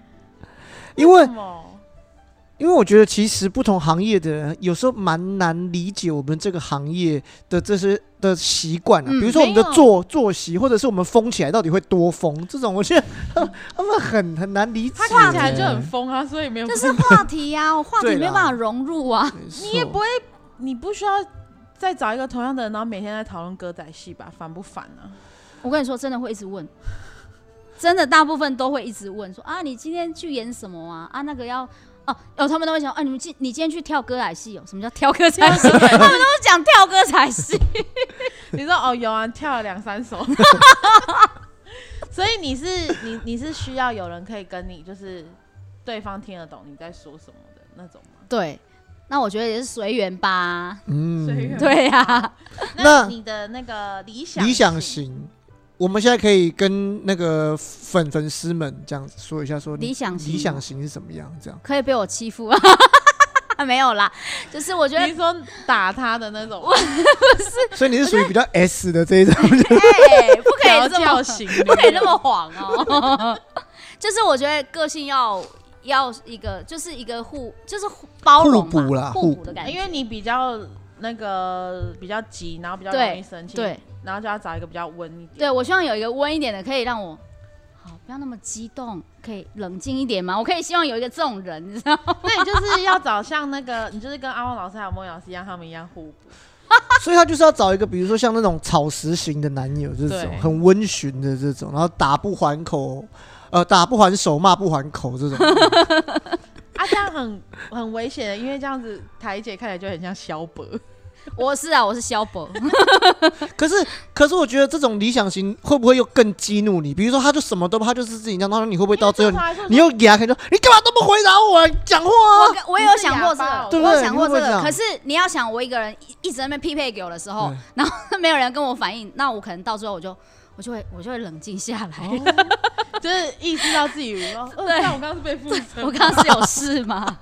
因为我觉得其实不同行业的人有时候蛮难理解我们这个行业的这些的习惯啊，比如说我们的作息，或者是我们疯起来到底会多疯，这种我觉得他们很难理解。 他看起来就很疯啊，所以没有。 这是话题啊，我话题没办法融入啊。 你也不会，你不需要再找一个同样的人，然后每天在讨论歌仔戏吧，烦不烦啊？ 我跟你说，真的会一直问。真的，大部分都会一直问说啊，你今天去演什么啊？啊，那个要他们都会想啊，你今天去跳歌仔戏哦？什么叫跳歌仔戏？他们都是讲跳歌仔戏。 你说有啊，跳了2-3首。所以你是需要有人可以跟你，就是对方听得懂你在说什么的那种吗？ 对，那我觉得也是随缘吧。 随缘。 对呀。 那你的那个理想型。 我们现在可以跟那个粉丝们这样子说一下，说理想型是什么样？这样可以被我欺负啊？没有啦，就是我觉得你说打他的那种， 不是， 所以你是属于比较 S 的这一种， 不可以这么型， 不可以那么黄哦。就是我觉得个性要一个，就是一个就是包容嘛，互补的感觉。 因为你比较那个比较急，然后比较容易生气，对。然后就要找一个比较温一点。 对，我希望有一个温一点的，可以让我不要那么激动，可以冷静一点嘛。我可以希望有一个这种人，你知道吗？ 那你就是要找像那个，你就是跟阿旺老师还有莫老师一样，他们一样互补。 所以他就是要找一个，比如说像那种草食型的男友，这种很温驯的这种，然后打不还口，打不还手，骂不还口这种。 这样很危险的，因为这样子台姐看起来就很像萧伯。 我是萧伯。 可是我觉得这种理想型会不会又更激怒你？比如说他就什么都他就是自己这样，然后你会不会到最后你又给他看说你干嘛都不回答我讲话啊？ 我也有想过这个， 对不对？ 我有想过这个。可是你要想，我一个人一直在那边匹配给我的时候，然后没有人跟我反应，那我可能到最后我就会冷静下来， 就是意识到自己对，我刚刚是被附身， 我刚刚是有事吗？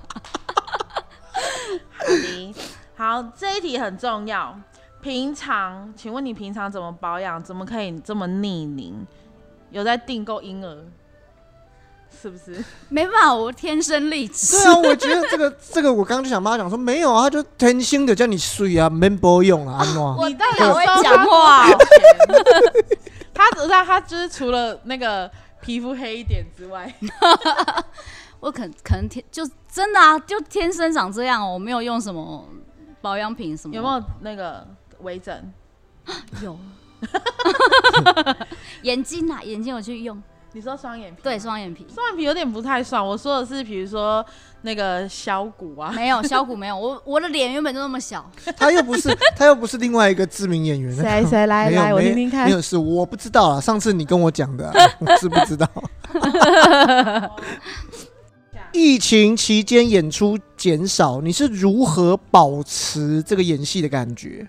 好，这一题很重要。请问你平常怎么保养？怎么可以这么逆龄？有在订购婴儿？是不是？ 没办法，我天生丽质。 对啊，我觉得这个我刚刚就想帮他讲说，没有啊，他就天生的叫你水啊，没保用啊，安诺。 你到底会讲话？ 他就是除了那个皮肤黑一点之外， 我可能就真的啊，就天生长这样哦，我没有用什么保养品什么。 有没有那个微整？ 有。眼睛我去用。 你说双眼皮？ 对，双眼皮。 双眼皮有点不太算，我说的是比如说那个小骨啊。 没有小骨没有，我的脸原本就那么小。 他又不是另外一个知名演员。 谁来，我听听看。 没有，是我不知道啦，上次你跟我讲的我是不知道。疫情期间演出减少，你是如何保持这个演戏的感觉？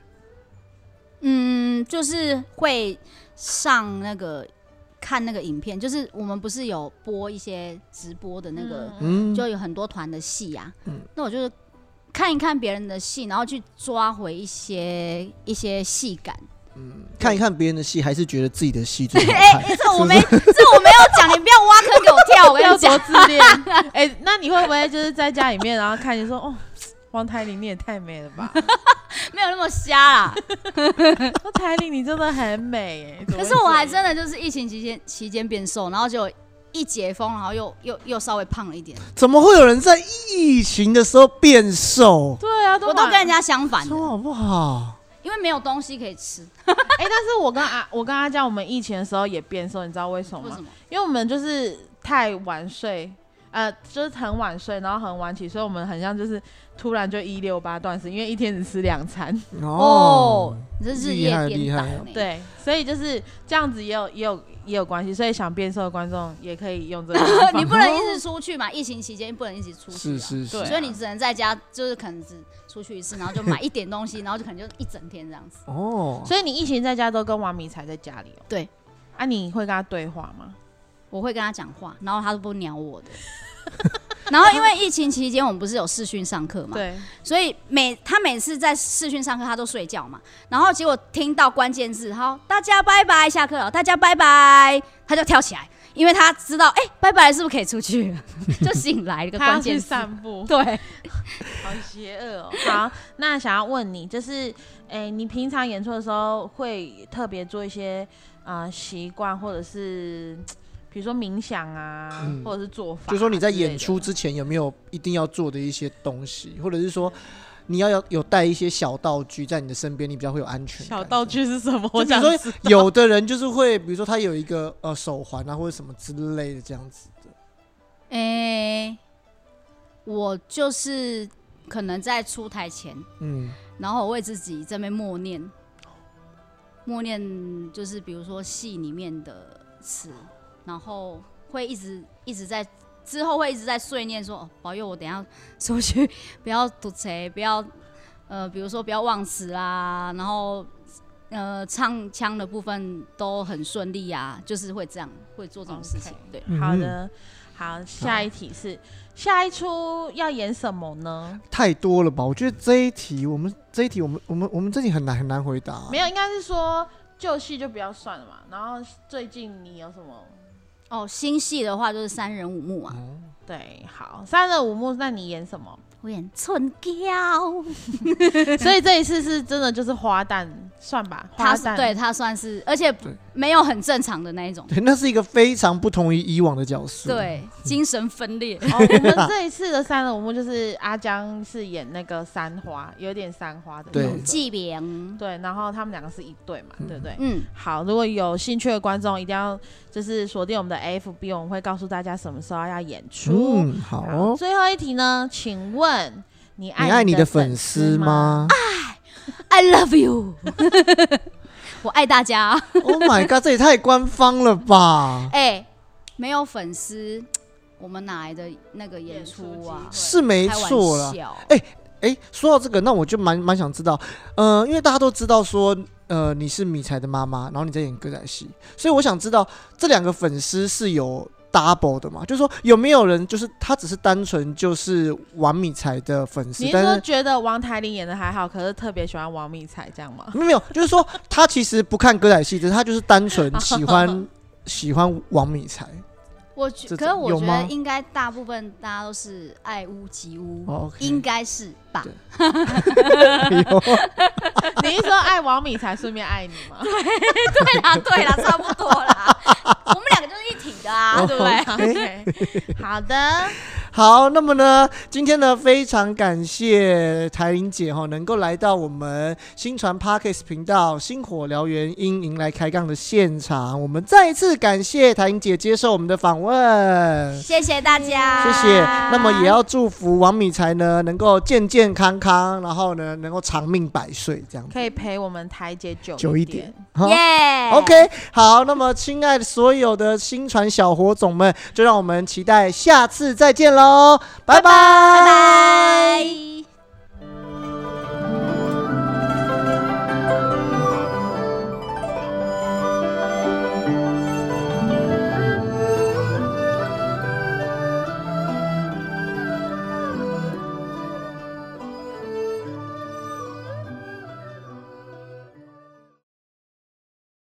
就是会上那个看那个影片，就是我们不是有播一些直播的那个，就有很多团的戏啊。那我就是看一看别人的戏，然后去抓回一些戏感。 看一看别人的戏，还是觉得自己的戏最好看。 这我没有讲，你不要挖坑给我跳，我跟你讲。 自恋。那你会不会就是在家里面，然后看你说哦，王台玲你也太美了吧？ 没有那么瞎啦。 王台玲你真的很美可是我还真的就是疫情期间变瘦，然后就一解封，然后又稍微胖了一点。 怎么会有人在疫情的时候变瘦？ 对啊， 我都跟人家相反的。 说好不好？ 因为没有东西可以吃。 但是我跟阿江，我们疫情的时候也变瘦，你知道为什么吗？ 为什么？ 因为我们就是太晚睡，就是很晚睡，然后很晚起，所以我们很像就是突然就168断食，因为一天只吃2餐。 你这日夜颠倒。 对，所以就是这样子也有关系，所以想变瘦的观众也可以用这个方法。 你不能一直出去嘛，疫情期间不能一直出去。 是， 所以你只能在家，就是可能只出去一次，然后就买一点东西，然后就可能就一整天这样子。 所以你疫情在家都跟王米才在家里哦？ 对。 你会跟他对话吗？ 我会跟他讲话，然后他都不鸟我的。然后因为疫情期间我们不是有视讯上课嘛， 对， 所以他每次在视讯上课他都睡觉嘛，然后结果听到关键字，好，大家拜拜，下课了，大家拜拜，他就跳起来，因为他知道拜拜是不是可以出去了，就醒来一个关键字。 他要去散步。 对， 好邪恶哦。好，那想要问你，就是你平常演出的时候会特别做一些习惯，或者是比如说冥想啊，或者是做法， 就是说你在演出之前有没有一定要做的一些东西，或者是说你要有带一些小道具在你的身边，你比较会有安全感。 小道具是什么？ 就比如说有的人就是会，比如说他有一个手环啊，或者什么之类的这样子的。 我就是可能在出台前，然后我为自己这边默念，就是比如说戏里面的词。然后会一直在之后会一直在碎念说，保佑我等一下出去不要堵车，不要比如说不要忘词啦，然后唱腔的部分都很顺利啊，就是会这样，会做这种事情。对， 好的，好，下一题是下一出要演什么呢？ 太多了吧？我觉得这一题我们这题很难回答。 没有，应该是说旧戏就不要算了嘛。然后最近你有什么？ 新戏的话就是3人5幕啊。 对，好，3人5幕，那你演什么？ 我演春娇。 所以这一次是真的就是花旦，算吧，花旦。 对，他算是，而且没有很正常的那一种。 对，那是一个非常不同于以往的角色。 对，精神分裂。 我们这一次的3人5幕就是阿江是演那个三花，有点三花的对纪明。 对，然后他们2个是一对嘛，对不对？好，如果有兴趣的观众一定要就是锁定我们的 FB， 我们会告诉大家什么时候要演出。 好。 最后一题呢，请问你爱你的粉丝吗 ？I love you 。我爱大家。 Oh my god， 这也太官方了吧！ 没有粉丝，我们哪来的那个演出啊？ 是没错啦。说到这个，那我就蛮想知道，因为大家都知道说，你是米才的妈妈，然后你在演歌仔戏，所以我想知道这2个粉丝是有 double 的嘛？就是说有没有人就是他只是单纯就是王米才的粉丝？ 你是说觉得王台玲演的还好，可是特别喜欢王米才这样吗？ 没有，就是说他其实不看歌仔戏，只是他就是单纯喜欢王米才。 可是我觉得应该大部分大家都是爱屋及乌，应该是吧？ 你是说爱王米才顺便爱你吗？ 对啦，差不多啦。我们2个就是一体的啊，对不对？ 好的， 好，那么呢，今天呢非常感谢台玲姐能够来到我们新传 Podcast 频道星火燎原因迎来开杠的现场，我们再一次感谢台玲姐接受我们的访问， 谢谢大家， 谢谢。那么也要祝福王米才呢能够健健康康，然后呢能够长命百岁，这样子可以陪我们台姐久一点。 耶、 OK， 好，那么亲爱的所有的新传小火种们，就让我们期待下次再见喽，拜拜， 拜拜。